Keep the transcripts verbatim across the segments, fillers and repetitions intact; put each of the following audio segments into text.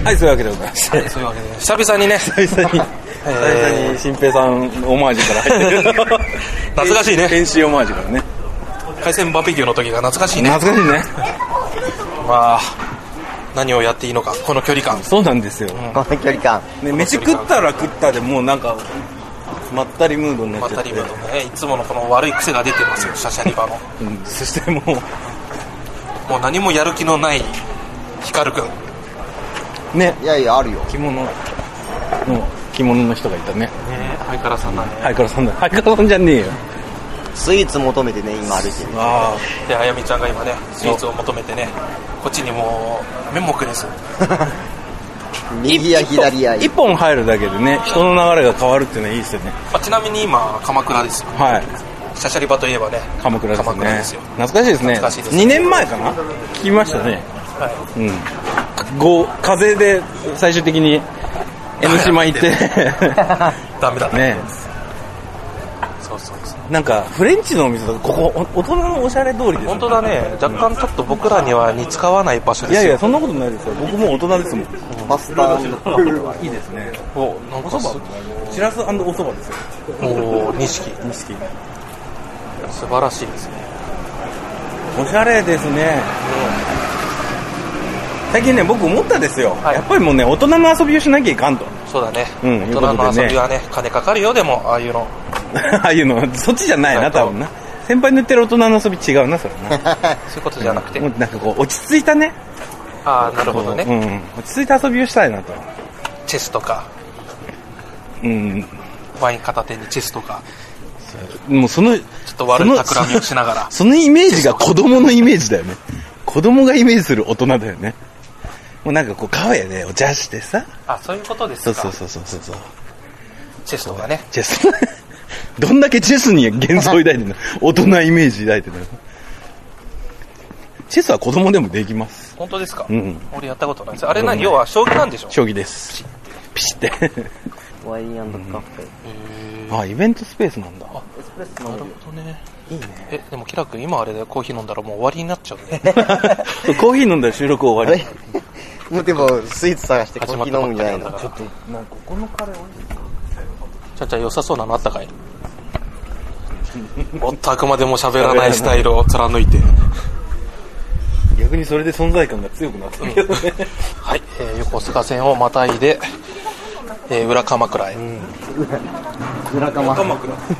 はい、そういうわけでございまして、 そういうわけで久々にね久々に久々に新平さんオマージュから入ってる懐かしいね、 編集オマージュからね、 海鮮バーベキューの時が懐かしいね。 懐かしいねまあ何をやっていいのか、この距離感。 そうなんですよ、 うん、この距離感、 ね、飯食ったら食ったでもうなんかまったりムードになっちゃって、 まったりムードね、いつものこの悪い癖が出てますよ、シャシャリバの、 うん、そしてもうもう何もやる気のない光くんね、 いやいやあるよ、 着物の着物の人がいたね。ね、 ハイカラさんなんで、 ハイカラさんだ、ハイカラさんじゃねえよ、 スイーツ求めてね今歩いてる。 ああ、であやみちゃんが今ねスイーツを求めてね、こっちにもう面目です右や左や一本入るだけでね、人の流れが変わるっていうのはいいですよね。 あ、ちなみに今鎌倉ですよ。 はい、 シャシャリバといえばね鎌倉ですね。 鎌倉ですよ。 懐かしいですね。 懐かしいですね。 にねんまえかな、聞きましたね。 はい、 うん、ご風で最終的に江ノ島行ってダメだね。 そうそうそう、 なんかフレンチのお店とか、ここ大人のおしゃれ通りです、ね、 本当だね。若干ちょっと僕らには似つかわない場所ですよ。 いやいや、そんなことないですよ、僕も大人ですもん。 パスタいいですね。 お、なんかおそば、しらすおそばですよ。 おー、錦錦素晴らしいですね。 おしゃれですね。最近ね、僕思ったですよ、はい、やっぱりもうね、大人の遊びをしなきゃいかんと。 そうだね、 うん、 大人の遊びはね、金かかるよ。でもああいうのああいうのそっちじゃないな、多分な。先輩の言ってる大人の遊び違うな、それなそういうことじゃなくて、 もうなんかこう落ち着いたね。 ああ、なるほどね、 うん、落ち着いた遊びをしたいなと。 チェスとか、 うん、 ワイン片手にチェスとか、 もうそのちょっと悪い企みをしながらそのイメージが子供のイメージだよね。子供がイメージする大人だよね。もうなんかこうカフェでお茶してさ。 あ、そういうことですか。 そうそうそうそうそう。 チェスとかね。 チェスどんだけチェスに幻想抱いてるの大人イメージ抱いてるの。チェスは子供でもできます。 本当ですか。 うん、 俺やったことないです。あれ何、要は将棋なんでしょ。 将棋です。ピシッてワイン&カフェ、 うん、あ、イベントスペースなんだ。 あ、エスプレッソ。なるほどね。いいね。え、でもキラ君今あれでコーヒー飲んだらもう終わりになっちゃうねコーヒー飲んだら収録終わり。 もうでもスイーツ探してコーヒー飲むんじゃないの。 ちょっとなんかここのカレー美味しい。 ちゃんちゃん良さそうなのあったかいもっとあくまでも喋らないスタイルを貫いて逆にそれで存在感が強くなったけどね、うん、 はい、えー、横須賀線をまたいで、えー、裏鎌倉へ、うん、 裏鎌倉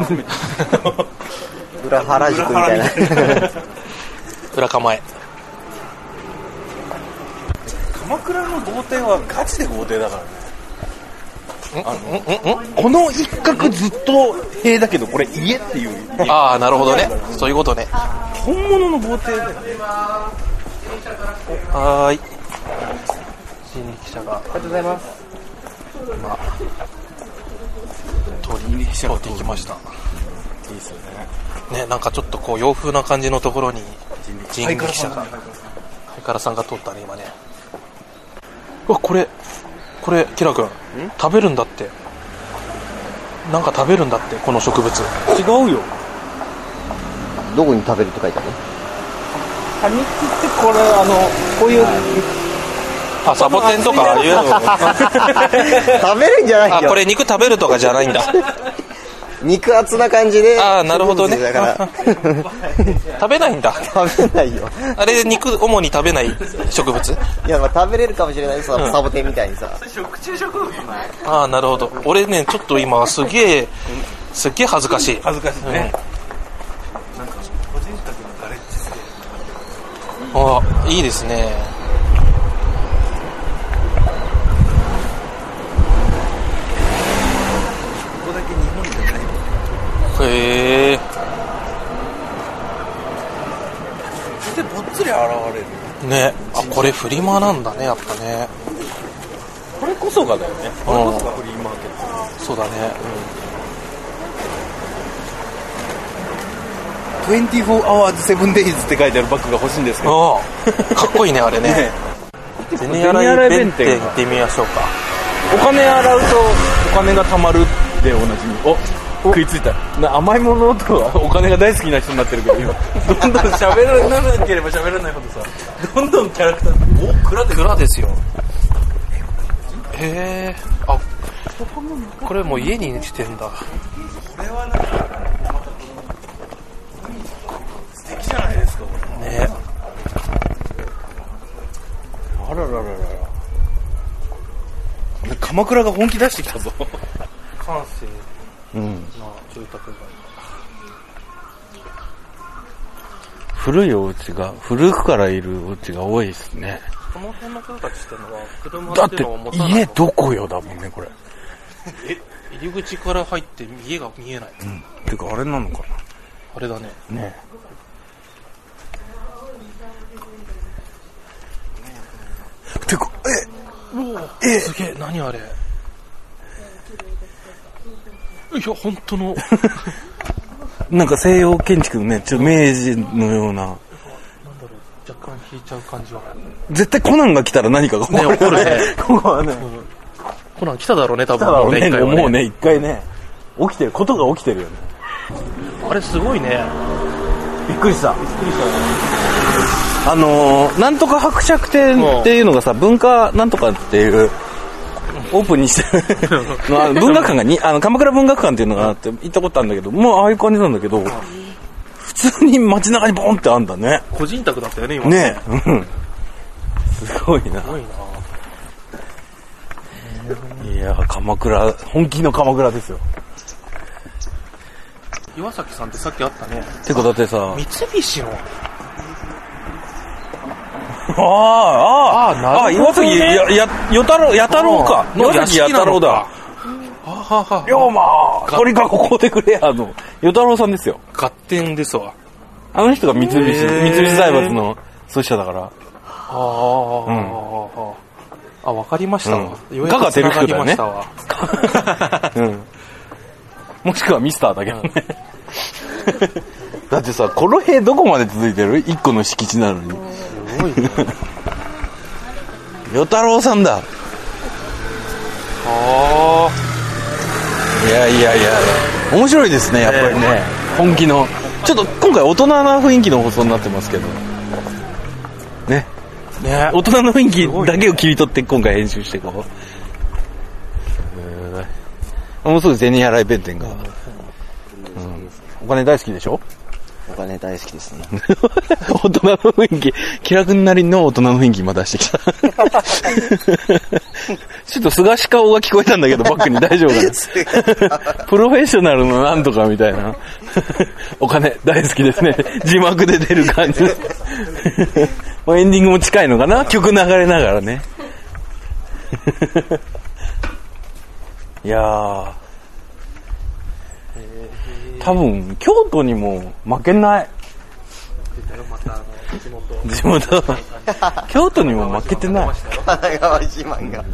裏原宿みたいな裏鎌へ。 鎌倉の豪邸はガチで豪邸だからね。あのんんんこの一角ずっと塀だけどこれ家っていう。 ああ、なるほどね、そういうことね。 本物の豪邸だよね。 はーい、人力車がありがとうございます。 今通り通っていきました。いいですよね。ね、なんかちょっとこう洋風な感じのところに人力車が、ハイカラさんが通ったね今ね。うわ、これこれキラ君食べるんだって。なんか食べるんだって、この植物。 違うよ。 どこに食べるって書いてある？ 果肉ってこれあのこういう、 あ、サボテンとかああいうの食べるんじゃないよ。 あ、これ肉食べるとかじゃないんだ肉厚な感じで。 ああ、なるほどね。 だから食べないんだ。 食べないよ。 あれ肉主に食べない植物？ いや、まあ食べれるかもしれないさ、うん、サボテンみたいにさ。 食虫植物ない？ ああ、なるほど。俺ね、ちょっと今すげえすっげえ恥ずかしい。 恥ずかしいね。うん、なんか個人宅のガレッジステーああ、いいですね。 ここだけ日本じゃない。 へえ。 そしてぼっつり現れるね。あ、これフリマなんだね、やっぱね。 これこそがだよね。これこそがフリーマーケット。 そうだね。 うん、にじゅうよんアワーズセブンデイズって書いてあるバッグが欲しいんですけど。 ああ、かっこいいねあれね。ね、銭洗弁天行ってみましょうか。 お金洗うとお金が貯まるでおなじみ。お、食いついた。な、甘いものとはお金が大好きな人になってるけど、今どんどん喋らなければ喋らないほどさ、どんどんキャラクター。お、蔵で蔵ですよ。 へえ。あ、これもう家にしてんだ。これはなんか素敵じゃないですかこれね。 あららららら。鎌倉が本気出してきたぞ。 閑静うん。 な住宅街。 古いお家が、古くからいるお家が多いですね。 この辺の人たちってのは車だってっていうのを持たないの。 家どこよだもんねこれ。 え、入り口から入って家が見えない。 うん。てかあれなのかあれだね。 な。ねえ。てかえ。 え、すげえ、何あれ。いや、本当の。 なんか西洋建築のね、ちょっと明治のような。 なんだろう、若干引いちゃう感じは。 絶対コナンが来たら何かが起こる。 ね起こるねここはね。 コナン来ただろうね、多分。 来ただろうね、 一回はねもうね、一回ね、起きてる、ことが起きてるよね。 あれすごいね。 びっくりした。びっくりした。あのー、なんとか伯爵店っていうのがさ、文化なんとかっていう、オープンにしてるのあの文学館がに、あの、鎌倉文学館っていうのがあって行ったことあるんだけど、もうああいう感じなんだけど、普通に街中にボンってあんだね。 個人宅だったよね、今。 ねえ、うん。すごいな。 すごいな。 いや、鎌倉、本気の鎌倉ですよ。 岩崎さんってさっきあったね。 てかだってさ、 三菱の。 ああ、ああ、 ああなるほどね岩崎や、や、よたろう、やたろうか。 の岩崎やたろうだ。 ははは。 龍馬、これがここでくれやの、与太郎さんですよ。 合点ですわ。 あの人が三菱、 へー三菱財閥の創始者だから。 ああ、うん、あ、わかりましたわ。 うんようやく繋がりましたわ。 うん。もしくはミスターだけどね。だってさ、この辺どこまで続いてる？一個の敷地なのに。 すごいね。 与太郎さんだ。 あいやいやいや、面白いですね、やっぱりね。ね、本気の。ちょっと今回大人な雰囲気の放送になってますけど。ね。 ね、 大人の雰囲気だけを切り取って今回編集していこう。もうすぐ銭払い弁天が、うん、お金大好きでしょ？ お金大好きですね。 大人の雰囲気、気楽になりの大人の雰囲気今出してきた。ちょっと菅氏顔が聞こえたんだけど、バックに大丈夫かな。プロフェッショナルのなんとかみたいな。お金大好きですね。字幕で出る感じ。もうエンディングも近いのかな、曲流れながらね。いやー、多分京都にも負けない。地元京都にも負けてない。 神奈川自慢が。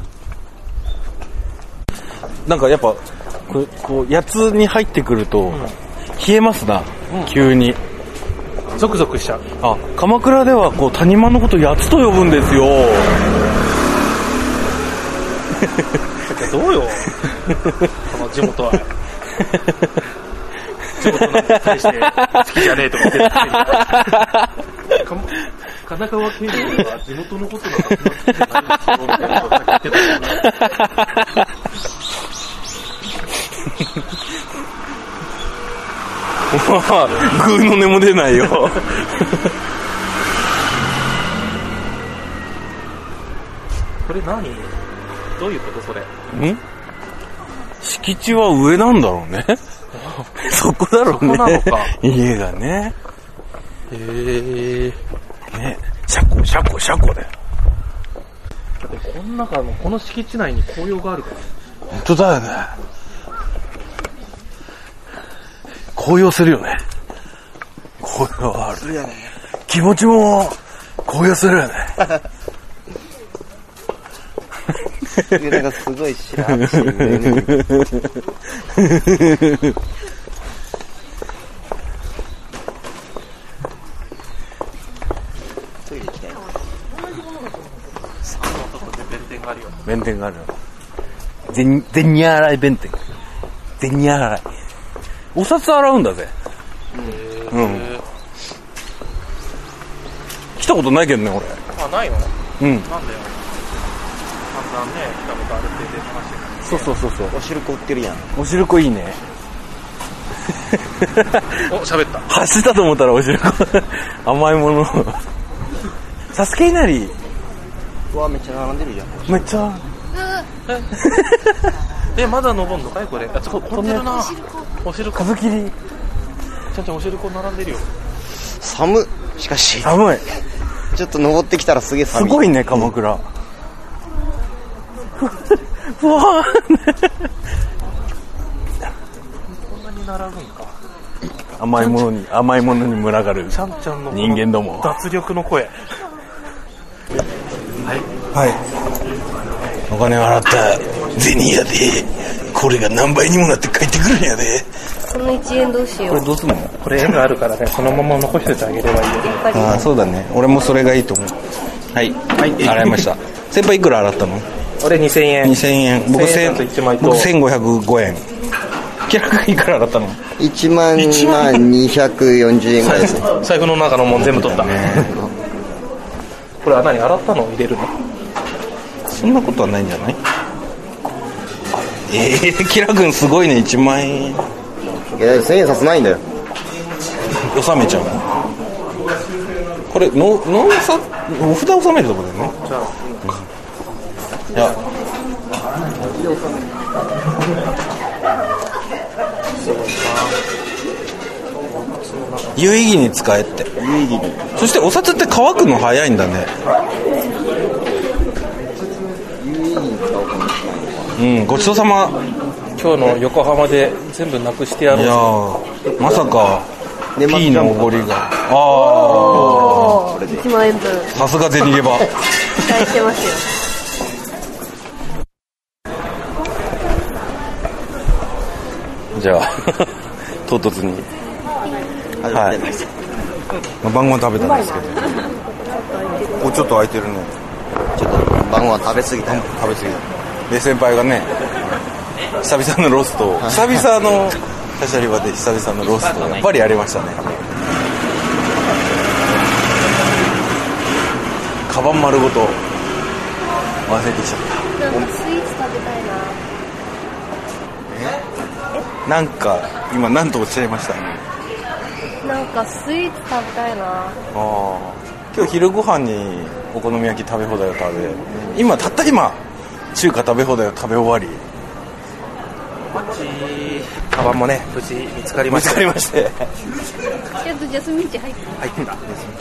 なんかやっぱこう、こう八つに入ってくると、うん、冷えますな、うん、急にゾクゾクしちゃう。 あ、鎌倉ではこう谷間のこと八つと呼ぶんですよ。 どうよこの地元は。地元なんて大して好きじゃねえとか言ってる。神奈川県民は地元のことが好きじゃないですよみたいなことを言ってた。 グーの音も出ないよ。 これ何？どういうことそれ？ ん？敷地は上なんだろうね。そこだろうね。 そこなのか。 家がね。 へえ。 ね、車庫車庫車庫だよ。 だってこの中のこの敷地内に紅葉があるから。 本当だよね。紅葉するよね。紅葉あるよね。気持ちも紅葉するよね。 なんかすごい白々しいね。トイレ行きたいな。 弁天があるよ。銭洗い弁天。銭洗い。お札洗うんだぜ。うん。うん。来たことないけどね、俺。 あ、ないの？ うん。 なんだよ。なんさんね、来たことあるって出てましたよね。 そうそうそうそう。 お汁粉売ってるやん。 お汁粉いいね。 お、喋った。 走ったと思ったらお汁粉。甘いもの。サスケ稲荷。 うわ、めっちゃ並んでるじゃん。 めっちゃ。 え、まだ登んのかいこれ。あ、ちょっと混んでるな。お汁粉。 数切り。 ちゃんちゃんお汁粉並んでるよ。 寒っ。しかし。 寒い。 ちょっと登ってきたらすげえ寒い。 すごいね、鎌倉。ふわーこんなに並ぶんか。 甘いものに、甘いものに群がる。 ちゃんちゃんの人間ども。 脱力の声。はい。 はい。お金を払った銭やで、これが何倍にもなって帰ってくるんやで。 このいちえんどうしよう。 これどうすんの？ これ縁があるからね、そのまま残しててあげればいいよ。 ああ、そうだね。俺もそれがいいと思う。はい。はい。洗いました。先輩いくら洗ったの？ 俺にせんえん。 にせんえん。僕せんえんといちまいと。 僕せんごひゃくごえん。キラ君いくら洗ったの？ いちまんにひゃくよんじゅうえんぐらいですね。 財布の中のもん全部取った。これは何？洗ったのを入れるの？ そんなことはないんじゃない？えー、キラ君すごいね、いちまんえん。 いや、せんえん札ないんだよ。 納めちゃうの？これののさお札納めるとこだよね。 じゃあ、 いや有意義に使えって。 有意義に。 そしてお札って乾くの早いんだね。 有意義に使おうかな。 うん、ごちそうさま。 今日の横浜で全部なくしてやろう。 いやー、まさか P のおごりが。あおー、いちまんえんぶん。 あ、さすが銭ゲバ。 期待してますよ。 じゃあ唐突に、はい、まあ、晩ご飯食べたんですけど、おちょっと空いてるね。 ちょっと晩ご飯食べ過ぎたよ。 食べ過ぎた。で先輩がね、久々のロストを、久々のシャシャリバで久々のロストをやっぱりやりましたね。カバン丸ごと忘れてきちゃった。 なんかスイーツ食べたいな。 なんか今何とおっしゃいましたね。 なんかスイーツ食べたいな。 ああ、今日昼ご飯にお好み焼き食べ放題を食べ、今たった今中華食べ放題を食べ終わり、 カバンもね無事見つかりました。 見つかりまして。 ちょっとジャスミン茶入ってる。 入ってんだ。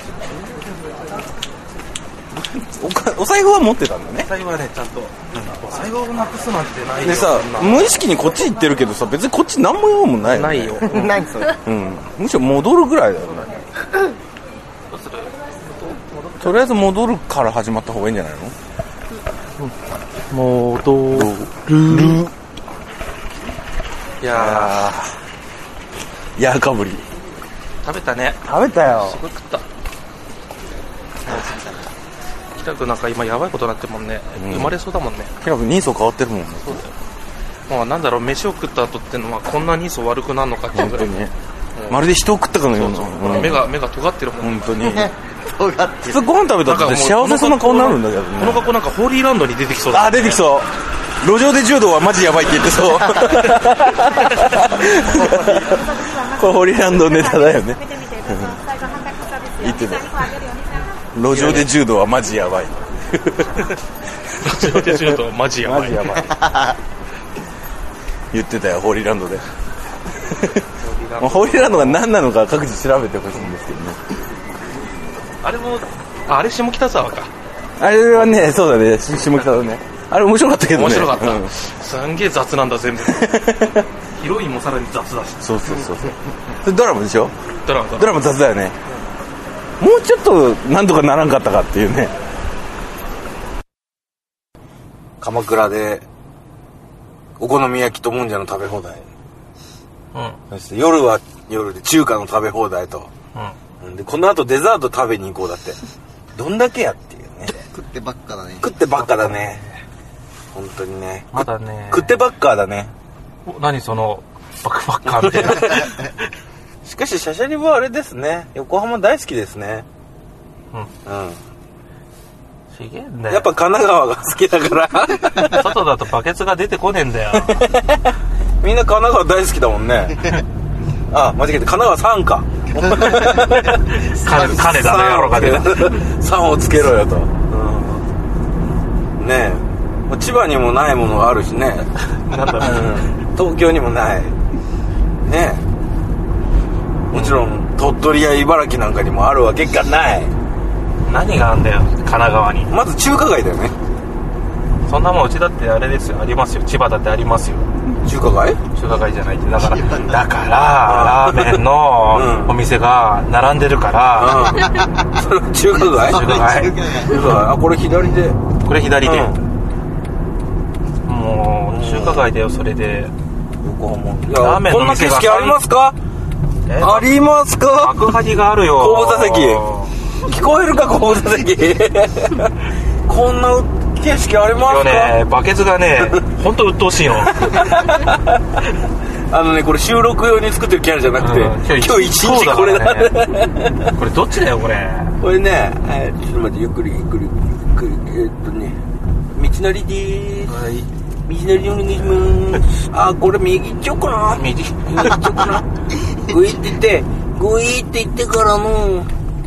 おかお財布は持ってたんだね。 お財布はねちゃんと、うん、お財布をなくすなんてないよ。 でさ、無意識にこっち行ってるけどさ、別にこっち何も用もないよ、ね、 ないよ。 何それ。 うん、むしろ戻るぐらいだよね。 どうする？ とりあえず戻るから始まった方がいいんじゃないの？ 戻る。いやー、いやーかぶり食べたね。 食べたよ。 すごい食った。北くなんか今やばいことになってるもんね、うん、生まれそうだもんね。 キラ君人相変わってるもんね。 そうだよ。まあなんだろう、飯を食った後ってのはこんな人相悪くなるのかっていうぐらいね、うん、 まるで人を食ったかのような。 そうそう、うん、目が目が尖ってるもん。 本当に。 尖ってる。 普通ご飯食べたって幸せそうな顔になるんだけどね。 この格好なんかホーリーランドに出てきそうだ、ね。 あ、出てきそう。路上で柔道はマジやばいって言ってそう。これホーリーランドネタだよね。言ってた。路上で柔道はマジやばい。 路上で柔道はマジやばい。マジやばい。 言ってたよ、ホーリーランドで。ホーリーランドが何なのか各自調べてほしいんですけどね。 あれも、あれ下北沢か。 あれはね、そうだね、下北沢ね。あれ面白かったけどね。 面白かった。 うん、 すんげえ雑なんだ全部。ヒロインもさらに雑だし。 そうそうそうそう。ドラマでしょ？ ドラマ。 ドラマ雑だよね。もうちょっとなんとかならんかったかっていうね。鎌倉でお好み焼きともんじゃの食べ放題。うん。そして夜は夜で中華の食べ放題と。うん。でこの後デザート食べに行こうだって。どんだけやっていうね。 食ってばっかだね。 食ってばっかだね。本当にね。 まだね。 食ってばっかだね。 何そのバックパッカーみたいな。 しかしシャシャリはあれですね。横浜大好きですね。うん。うん。 ちげえんだよ。 やっぱ神奈川が好きだから外だとバケツが出てこねえんだよ。 みんな神奈川大好きだもんね。あ、間違えて、神奈川さんか。 金、金だね、やろうかけど。 さんをつけろよと。うん、ねえ。千葉にもないものがあるしね。 なんだろう、 うん、東京にもない。ねえ。もちろん、鳥取や茨城なんかにもあるわけがない。 何があんだよ、神奈川に。 まず中華街だよね。 そんなもんうちだってあれですよ、ありますよ。千葉だってありますよ。 中華街？ 中華街じゃないって、だからだからラーメンのお店が並んでるから、 うん、それ中華街？ 中華街。 中華街。あ、これ左で。 これ左で。 うん、 もう中華街だよ、それで。 横浜。いや、 ラーメンの店がこんな景色ありますか？ えありますか？ 幕張があるよ。 後部座席。聞こえるか、後部座席。こんな景色ありますか？ 今日ね、バケツがね、ほんと鬱陶しいの。 あのね、これ収録用に作ってるキャラじゃなくて、うん、今日一日これだね。 これどっちだよ、これ。 これね、えー、ちょっと待って、ゆっくりゆっくりゆっくり、えー、っとね、道のりでーす。はい。道のりお願いしまーす。あ、これ右行っちゃおうかな。 右。 右行っちゃおうかな。グイって言って、グイって言ってからの、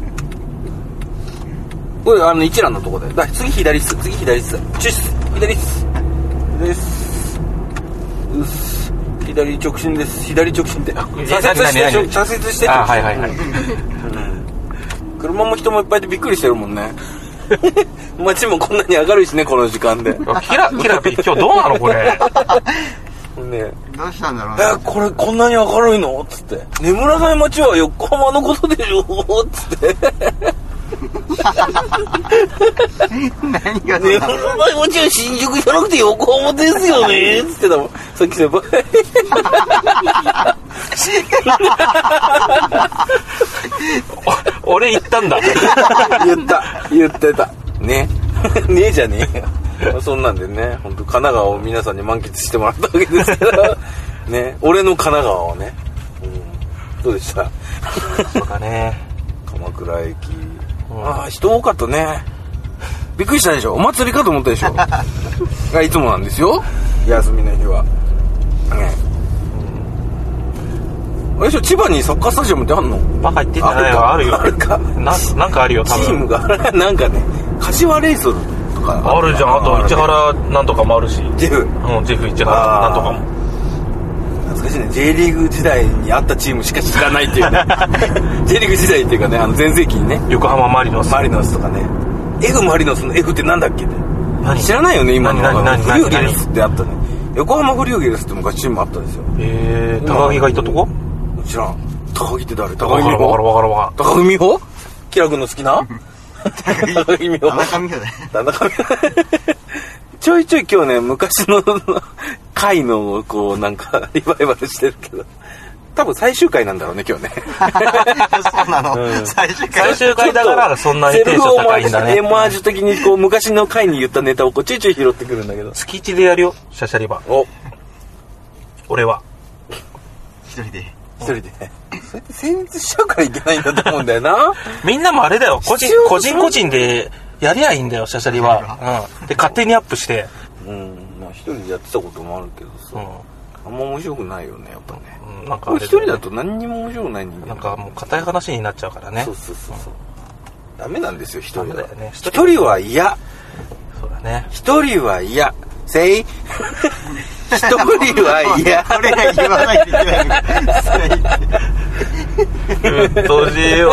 これあの一覧のとこだよ。だ次左っす、次左っす。チュッス、左っす。左っす。うっす。左直進です。左直進で。左折して、左折して。 あ、はいはいはい。うん、 車も人もいっぱいでびっくりしてるもんね。街もこんなに明るいしね、この時間で。 キラキラピ、今日どうなのこれ。 ね、どうしたんだろうね。 え、これこんなに明るいのつって。眠らない街は横浜のことでしょつって。 何が眠らない街は新宿じゃなくて横浜ですよねつってたもん。さっき先輩。 俺言ったんだ。 言った言ってたね。ねえじゃねえよ。そんなんでね、本当神奈川を皆さんに満喫してもらったわけですけどね、俺の神奈川をね、うん、どうでした？ そうかね、 鎌倉駅、うん、ああ人多かったね。びっくりしたでしょ。お祭りかと思ったでしょ。がいつもなんですよ、休みの日はね。あれでしょ、千葉にサッカースタジアムってあんの？ バカ言ってんじゃないよ。あるよ。 あるか。 な、なんかあるよ、多分。 チームがなんかね、柏レイソルとかあるじゃん。あと市原なんとかもあるし。 ジェフ。 うん、ジェフ市原なんとかも。 懐かしいね。J リーグ時代にあったチームしか知らないっていうね。J リーグ時代っていうかね、あの全盛期にね。 横浜マリノス。 マリノスとかね。F マリノスの F ってなんだっけって。何知らないよね、今の。 何何フリューゲルスってあったね。横浜フリューゲルスって昔チームあったんですよ。 へえ、高木がいたとこ？ 知らん。高木って誰？高木美穂。わかるわかるわかる。 高木美穂？キラ君の好きな？高木美穂。 田中美穂だよ。 田中美穂。ちょいちょい今日ね、昔の回のこうなんかリバイバルしてるけど、多分最終回なんだろうね今日ね。 そうなの、うん、最終回。 最終回だからそんなにテンション高いんだね。 エマージュ的にこう昔の回に言ったネタをこうちょいちょい拾ってくるんだけど。 月一でやるよ、シャシャリバ。 お。 俺は一人で。 一人で。そうやって成立しちゃうからいけないんだと思うんだよな。 みんなもあれだよ、個人個人個人でやりゃいいんだよ、シャシャリは。うん。で勝手にアップして。 うん。まあ一人でやってたこともあるけどさ。うん。あんま面白くないよね、やっぱね。うん、なんかあれ、ね、一人だと何にも面白くない人間。 なんかもう硬い話になっちゃうからね。 そうそうそうそう。うん、ダメなんですよ、一人だよね。 一人は嫌。 そうだね。 一人は嫌。せい。一人は嫌。 これが言わないといけない。 うっとしいよ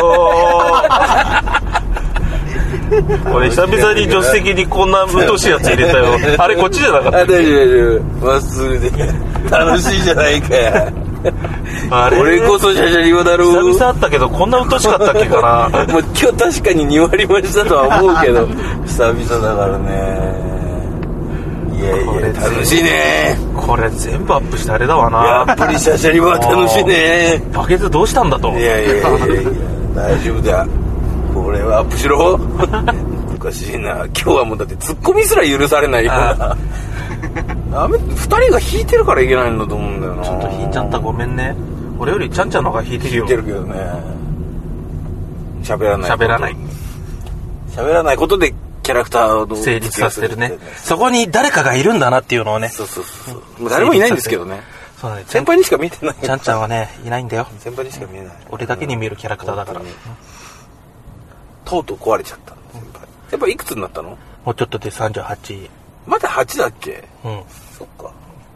ー。俺久々に助手席にこんなうっとしいやつ入れたよ。あれこっちじゃなかったっけ？ 大丈夫大丈夫。まっすぐで楽しいじゃないかや。あれ俺こそシャシャリバだろう。 久々あったけどこんなうっとしかったっけかな。 もう今日確かにに割増したとは思うけど久々だからね。いやいや楽しいね。 これ全部アップしてあれだわな。 やっぱりシャシャリバ楽しいね。 バケツどうしたんだと。 いやいやいやいや大丈夫だ。これはアップしろ。おかしいな。今日はもうだってツッコミすら許されないような。ダメ、二人が弾いてるからいけないんだと思うんだよな。 ちょっと弾いちゃった、ごめんね。俺よりちゃんちゃんの方が弾いてるよ。 弾いてるけどね。喋らない。 喋らない。 喋らないことでキャラクターを成立させてるね。そこに誰かがいるんだなっていうのをね。 そうそうそう。誰もいないんですけどね。 そうだね。 先輩にしか見てない。 ちゃんちゃんはね、いないんだよ。 先輩にしか見えない。 俺だけに見えるキャラクターだから。 とうとう壊れちゃった。先輩。先輩いくつになったの？ もうちょっとでさんじゅうはち。 まだはちだっけ？ うん。 そっか。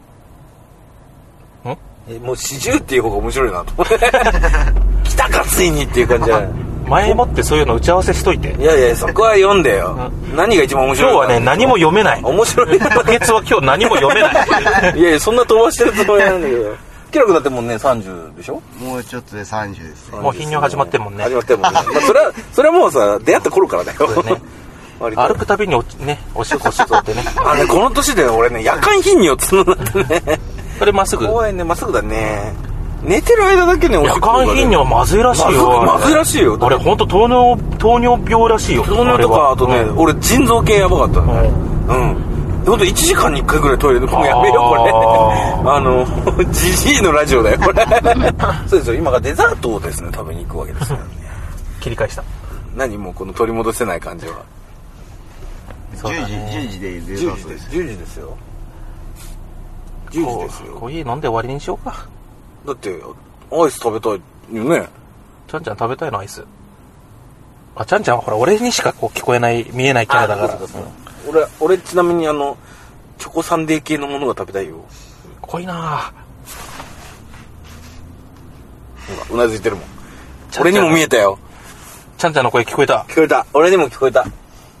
ん？ え、もうよんじゅうっていう方が面白いなと思って。来たかついにっていう感じじゃない。 前もってそういうの打ち合わせしといて。 いやいや、そこは読んでよ。何が一番面白い今日はね、何も読めない。 面白い。 バケツは今日何も読めない。 いやいや、そんな飛ばしてるつもりなんだけど。キラ君だってもうね、さんじゅうでしょ？ もうちょっとでさんじゅうですね。 もう頻尿始まってんもんね。 始まってんもんね。まあ、それは、それはもうさ、出会った頃からだよ。 そうだね。歩くたびにおね、おしっこしそうってね。 あね、この年で俺ね、夜間頻尿つるんだってね。 これまっすぐ？ 公園ね、まっすぐだね。寝てる間だけね、おしっこがね。 夜間頻尿まずいらしいよ。 まずいらしいよ。 あれほんと糖尿、糖尿病らしいよ。 糖尿とか、あとね、俺腎臓系やばかったのね。うん。ほんといちじかんにいっかいぐらいトイレでもうやめようこれ。あの、ジジイのラジオだよ、これ。そうですよ、今がデザートをですね、食べに行くわけですよね。 切り返した。 何もうこの取り戻せない感じは。 じゅうじ、じゅうじでデザートです。 じゅうじですよ。じゅうじですよ。 コーヒー飲んで終わりにしようか。 だって、アイス食べたいよね。 ちゃんちゃん食べたいのアイス。あ、ちゃんちゃんはほら、俺にしかこう聞こえない、見えないキャラだから。 俺、俺ちなみにあの、チョコサンデー系のものが食べたいよ。 濃いなぁ。うなずいてるもん。俺にも見えたよ。 ちゃんちゃんの声聞こえた。 聞こえた。俺にも聞こえた。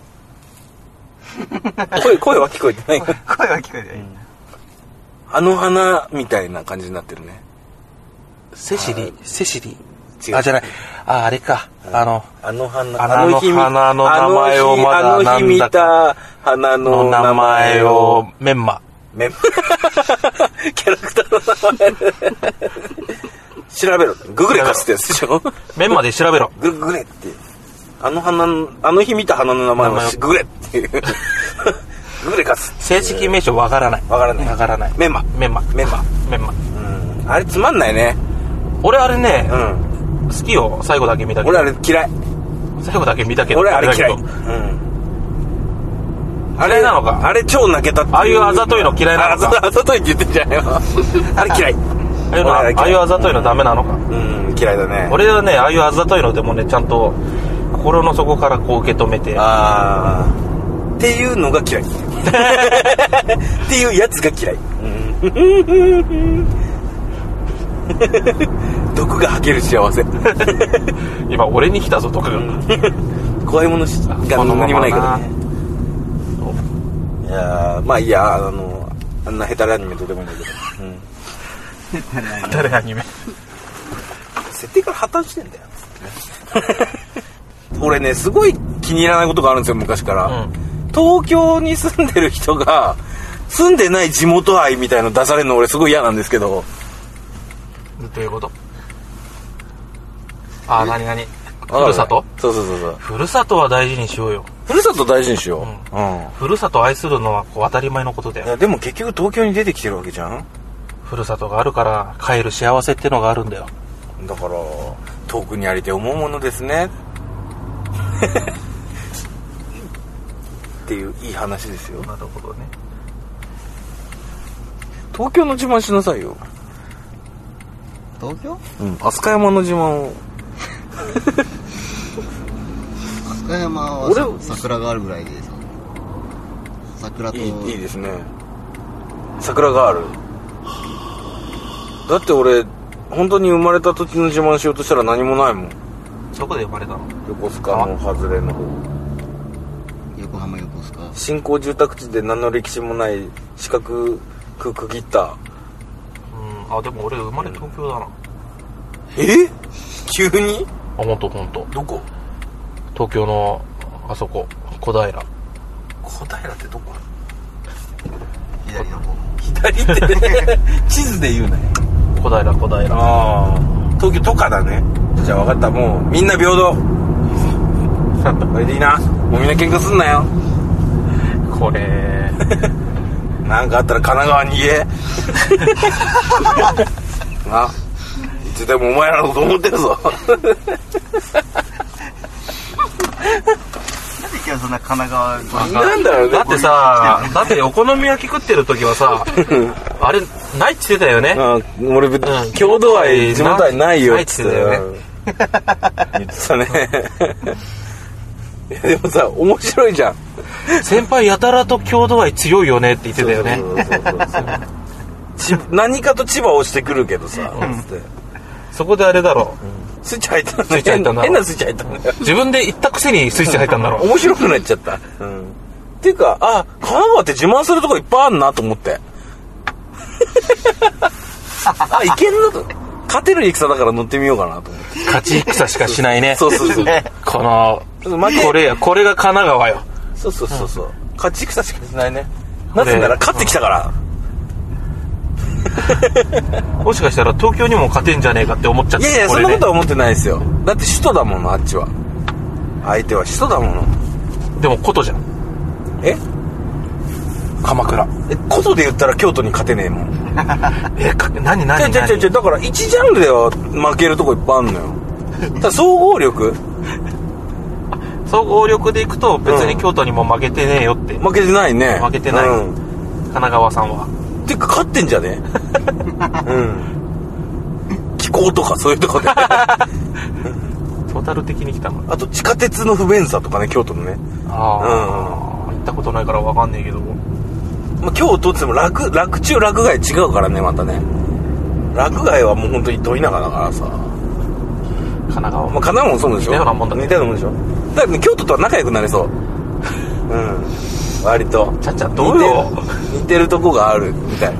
声、声は聞こえてない。 声は聞こえてない。 あの花みたいな感じになってるね。 セシリセシリ違う。 あ、じゃない。あ、あれか。あの、 あの花、 あの花の名前をまだあの日見た花の名前を、 メンマ。 メンマ。キャラクターの名前。調べろ。ググレかつってやつでしょ？ メンマで調べろ。 ググレって。あの花の、あの日見た花の名前はググレっていう。ググレかつ。 正式名称わからない。 わからない。 わからない。 メンマ。 メンマ。 メンマ。 メンマ。 うん。あれつまんないね。 俺あれね、 うん。 好きよ。最後だけ見たけど。 俺あれ嫌い。 最後だけ見たけど。 俺あれ嫌い。うん。あれなのか。 あれ超泣けたっていう。 ああいうあざといの嫌いなのか。 あざといって言ってんじゃんよ。あれ嫌い。 ああいうの、ああいうあざといのダメなのか。 うん、嫌いだね。 俺はね、ああいうあざといのでもね、ちゃんと心の底からこう受け止めて。 あー。っていうのが嫌い。っていうやつが嫌い。毒が吐ける幸せ。 今俺に来たぞ毒が。 怖いものが何もないからね。いやー、まあいいや、あのあんなヘタレアニメどうでもいいんだけど。 ヘタレアニメ。 設定から破綻してんだよ。俺ね、すごい気に入らないことがあるんですよ、昔から。うん、東京に住んでる人が住んでない地元愛みたいの出されるの俺すごい嫌なんですけど。 どういうこと？ああ、なになに？ふるさと？ そうそうそうそう。 ふるさとは大事にしようよ。 ふるさと大事にしよう。うん。 うん、ふるさとを愛するのはこう当たり前のことだよ。 いやでも結局東京に出てきてるわけじゃん。 ふるさとがあるから帰る幸せってのがあるんだよ。 だから遠くにありて思うものですね。っていういい話ですよ。 なるほどね。 東京の自慢しなさいよ。 東京？ うん。飛鳥山の自慢を。 飛鳥山は桜があるぐらいでさ。桜と。いい、いいですね。桜がある。だって俺本当に生まれた土地の自慢しようとしたら何もないもん。 どこで生まれたの？ 横須賀の外れの方。 横浜横須賀。 新興住宅地で何の歴史もない四角く区切った。 うん。あ、でも俺生まれ東京だな。 え？急に？ あ、ほんとほんと。 どこ？ 東京のあそこ小平。 小平ってどこ？ 左の方。 左って地図で言うなよ。 小平小平。 ああ。東京とかだね。じゃあ分かった。もうみんな平等。これでいいな。もうみんな喧嘩すんなよ。 これなんかあったら神奈川に言え。な。いつでもお前らのこと思ってるぞ。 なんで今日よ、そんな神奈川。 なんだろうね。 だってさ、だってお好み焼き食ってる時はさ、あれ、ないって言ってたよね。 あ俺、うん、郷土愛、地元愛ないよって言ってたよね。言ってたね。いやでもさ、面白いじゃん。 先輩やたらと郷土愛強いよねって言ってたよね。 そうそうそうそう何かと千葉押してくるけどさ、うん、 そこであれだろう、うん、スイッチ入ったんだ。 スイッチ入ったんだろ。 変なスイッチ入ったんだよ。 自分で言ったくせにスイッチ入ったんだろ。 面白くなっちゃった。うん。っていうか、あ、神奈川って自慢するとこいっぱいあるなと思って。あ、いけんなと。勝てる戦だから乗ってみようかなと思って。 勝ち戦しかしないね。 そうそうそう。 この、これや、これが神奈川よ。 そうそうそうそう。勝ち戦しかしないね。なぜなら勝ってきたから。 もしかしたら東京にも勝てんじゃねえかって思っちゃって。 いやいや、そんなことは思ってないですよ。だって首都だもの、あっちは。相手は首都だもの。 でも古都じゃん。 え鎌倉。 え、古都で言ったら京都に勝てねえもん。 え、か、何何何ちょちょちょ、だから一ジャンルでは負けるとこいっぱいあるのよ。ただ総合力総合力でいくと別に京都にも負けてねえよって。 負けてないね。 負けてない。うん、神奈川さんは。 てか勝ってんじゃねうん。気候とかそういうとこで。 トータル的に来たの。 あと地下鉄の不便さとかね、京都のね。 ああ、うん。行ったことないから分かんないけど。 まあ、京都って言っても楽、楽中楽外違うからね、またね。楽外はもう本当にど田舎だからさ。 神奈川。 まあ、神奈川もそうでしょ。 似たようなもんだね。 似たようなもんでしょ。だからね、京都とは仲良くなれそう。うん。割と。 ちゃっちゃどうよ。 似てるとこがある、みたいな。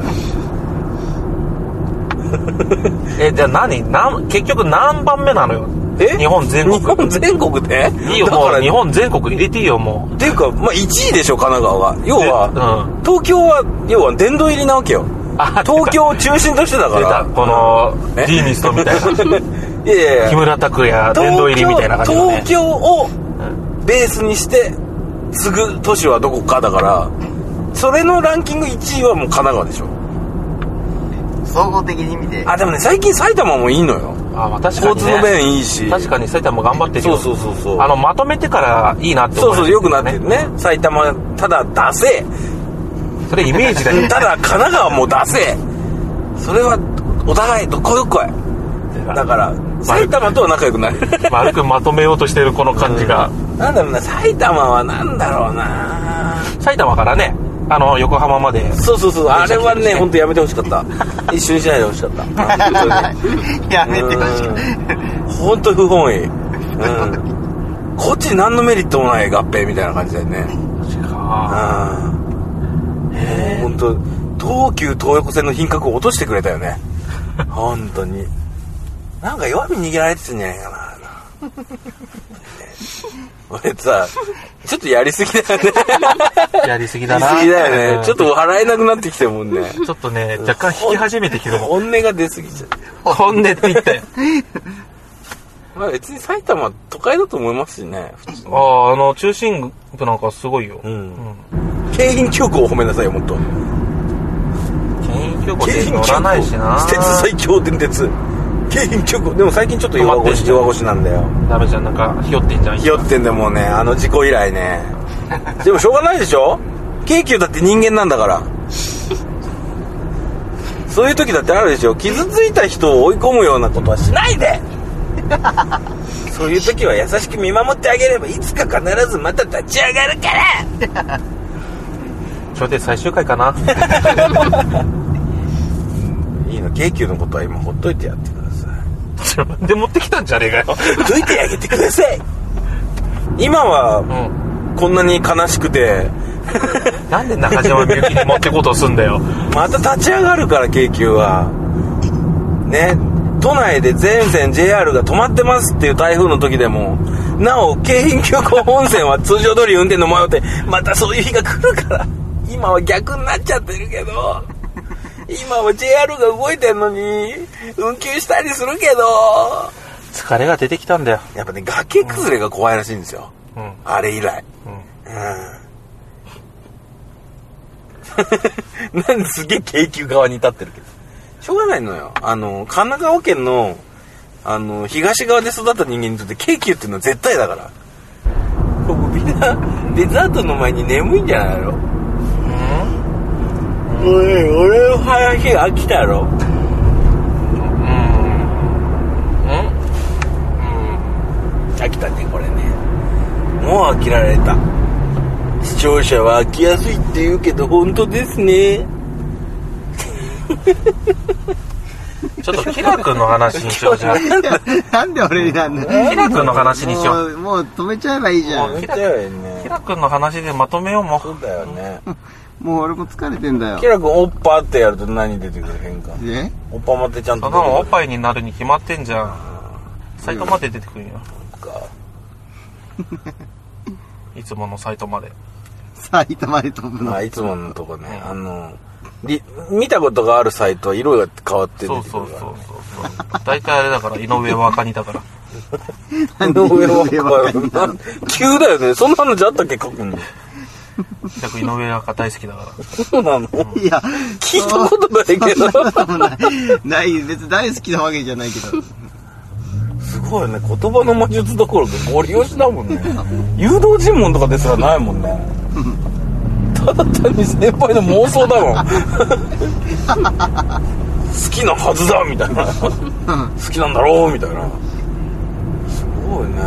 え、じゃあ何何結局何番目なのよ。 え日本全国。 日本全国でいいよ、もう日本全国入れていいよ、もう。 っていうか、まあいちいでしょ、神奈川が。要は、 うん、 東京は、要は殿堂入りなわけよ。東京を中心としてだから。 この、ディーミストみたいな。 いやいやいや。 木村拓哉、殿堂入りみたいな感じ、ね、 東京をベースにして、継ぐ都市はどこかだから、それのランキングいちいはもう神奈川でしょ。 総合的に見て。 あ、でもね、最近埼玉もいいのよ。 あ、まあ、確かに、ね、 交通の便いいし。 確かに埼玉も頑張ってるよ。 そうそうそうそう。 あの、まとめてからいいなって思う、 ね。そうそう、良くなってるね。埼玉、ただ出せ。 それイメージだよ。 ただ神奈川も出せ。それは、お互いどこどこへ。だから、埼玉とは仲良くなる。 丸くまとめようとしてるこの感じが。 うん、なんだろうな、埼玉はなんだろうな。 埼玉からね、あの、横浜まで。 そうそうそう、あれはね、ほんとやめてほしかった。一緒にしないでほしかった。 やめてほしかった。 ほんと不本意。うん。こっちに何のメリットもない合併みたいな感じだよね。 マジか。 うん。へぇ。ほんと、東急東横線の品格を落としてくれたよね。ほんとに。なんか弱み握られてたんじゃないかな。俺さ、ちょっとやりすぎだよね。 やりすぎだな。 やりすぎだよね。ちょっと笑えなくなってきてるもんね。 ちょっとね、若干引き始めてきてるもん。 本音が出すぎちゃう。 本音って言ったよ。 まあ別に埼玉都会だと思いますしね。 ああ、あの、中心部なんかすごいよ。 うん。うん、京浜急行を褒めなさいよ、もっと。 京浜急行って乗らないしな。 私鉄最強電鉄。京浜急行。でも最近ちょっと弱腰弱腰なんだよ。 ダメじゃん、なんかひよってんじゃん。 ひよってんだもんね、あの事故以来ね。でもしょうがないでしょ。京急だって人間なんだから。そういう時だってあるでしょ。傷ついた人を追い込むようなことはしないで。そういう時は優しく見守ってあげればいつか必ずまた立ち上がるから。 それで最終回かな。 いいの、京急のことは今ほっといてやってください。で持ってきたんじゃねえかよ。 ほっといてあげてください。今は、うん、こんなに悲しくてなんで中島みゆきに持ってこうとすんだよ。 また立ち上がるから、京急はね。都内で全線 ジェイアール が止まってますっていう台風の時でもなお京浜急行本線は通常通り運転の模様ってまたそういう日が来るから。今は逆になっちゃってるけど、今は ジェイアール が動いてんのに運休したりするけど、 疲れが出てきたんだよ。 やっぱね、崖崩れが怖いらしいんですよ、うん、あれ以来、うん、なんですげえ京急側に立ってるけどしょうがないのよ。あの神奈川県のあの東側で育った人間にとって京急っていうのは絶対だから。みんなデザートの前に眠いんじゃないの？うん、俺俺の話飽きたやろ。飽きたねこれね。もう飽きられた。視聴者は飽きやすいって言うけど本当ですね。 ちょっとキラ君の話にしようじゃん。 なんで俺になんの？ キラ君の話にしよう。 もう、もう止めちゃえばいいじゃん。 キラね。 キラ君の話でまとめようも。 そうだよね。 もう俺も疲れてんだよ。 キラ君おっぱってやると何出てくる変化？ え？ おっぱまってちゃんと。 そんなのおっぱいになるに決まってんじゃん。サイトまで出てくるよ。いつものサイトまで。 サイトまで飛ぶの。 まあいつものとこね。あのり見たことがあるサイトは色が変わって出てくるから、ね。そうそうそうそう。大体あれだから井上若にだから。井上若に。急だよね。そんなのじゃあったっけ書くの。 井上若大好きだから。 そうなの？ いや聞いたことないけど。 ないない別に大好きなわけじゃないけど。 すごいね、言葉の魔術どころかゴリ押しだもんね。誘導尋問とかですらないもんね。ただ単に先輩の妄想だもん。好きなはずだみたいな。好きなんだろうみたいな。すごいね。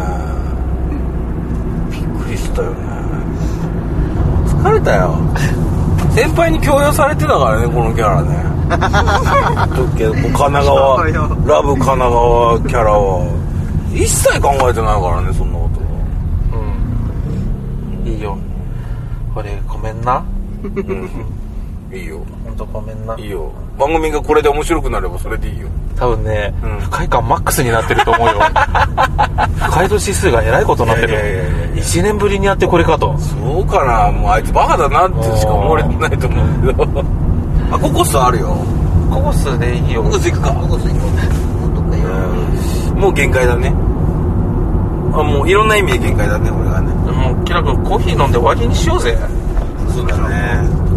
びっくりしたよね。疲れたよ。先輩に強要されてたからね、このキャラね。けど神奈川ラブ神奈川キャラは一切考えてないからね、そんなことは。 うん、いいよ。これごめんな。 うん、いいよ。 本当ごめんな。 いいよ。番組がこれで面白くなればそれでいいよ。 多分ね、 うん、 不快感マックスになってると思うよ。不快度指数がえらいことになってる。いやいやいやいや、いちねんぶりにやってこれかと。 そうかな。もうあいつバカだなってしか思われてないと思うけど。あ、ココスあるよ。 ココスでいいよ。 ココス行くか。ココス行こう。もう限界だね。あ、もういろんな意味で限界だね、俺がね。 もうキラ君コーヒー飲んで終わりにしようぜ。 そうだね。